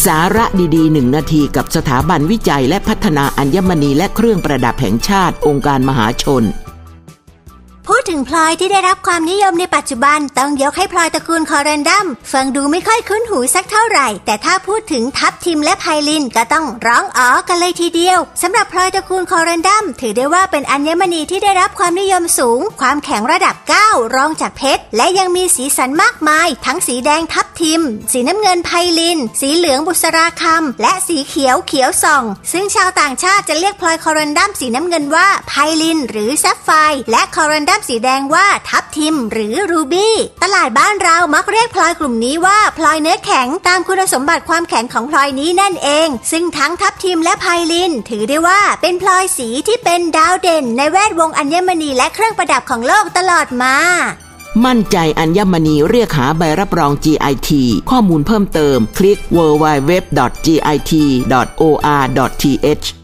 สาระดีๆ1 นาทีกับสถาบันวิจัยและพัฒนาอัญมณีและเครื่องประดับแห่งชาติองค์การมหาชนพูดถึงพลอยที่ได้รับความนิยมในปัจจุบันต้องยกให้พลอยตระกูลคอรันดัมฟังดูไม่ค่อยคุ้นหูสักเท่าไหร่แต่ถ้าพูดถึงทับทิมและไพลินก็ต้องร้องอ๋อกันเลยทีเดียวสำหรับพลอยตระกูลคอรันดัมถือได้ว่าเป็นอัญมณีที่ได้รับความนิยมสูงความแข็งระดับ9รองจากเพชรและยังมีสีสันมากมายทั้งสีแดงทับทิมสีน้ำเงินไพลินสีเหลืองบุษราคำและสีเขียวเขียวส่องซึ่งชาวต่างชาติจะเรียกพลอยคอรันดัมสีน้ำเงินว่าไพลินหรือแซฟไฟร์และคอรันดัมสีแดงว่าทับทิมหรือรูบี้ตลาดบ้านเรามักเรียกพลอยกลุ่มนี้ว่าพลอยเนื้อแข็งตามคุณสมบัติความแข็งของพลอยนี้นั่นเองซึ่งทั้งทับทิมและไพลินถือได้ว่าเป็นพลอยสีที่เป็นดาวเด่นในแวดวงอัญมณีและเครื่องประดับของโลกตลอดมามั่นใจอัญมณีเรียกหาใบรับรอง GIT ข้อมูลเพิ่มเติมคลิก www.git.or.th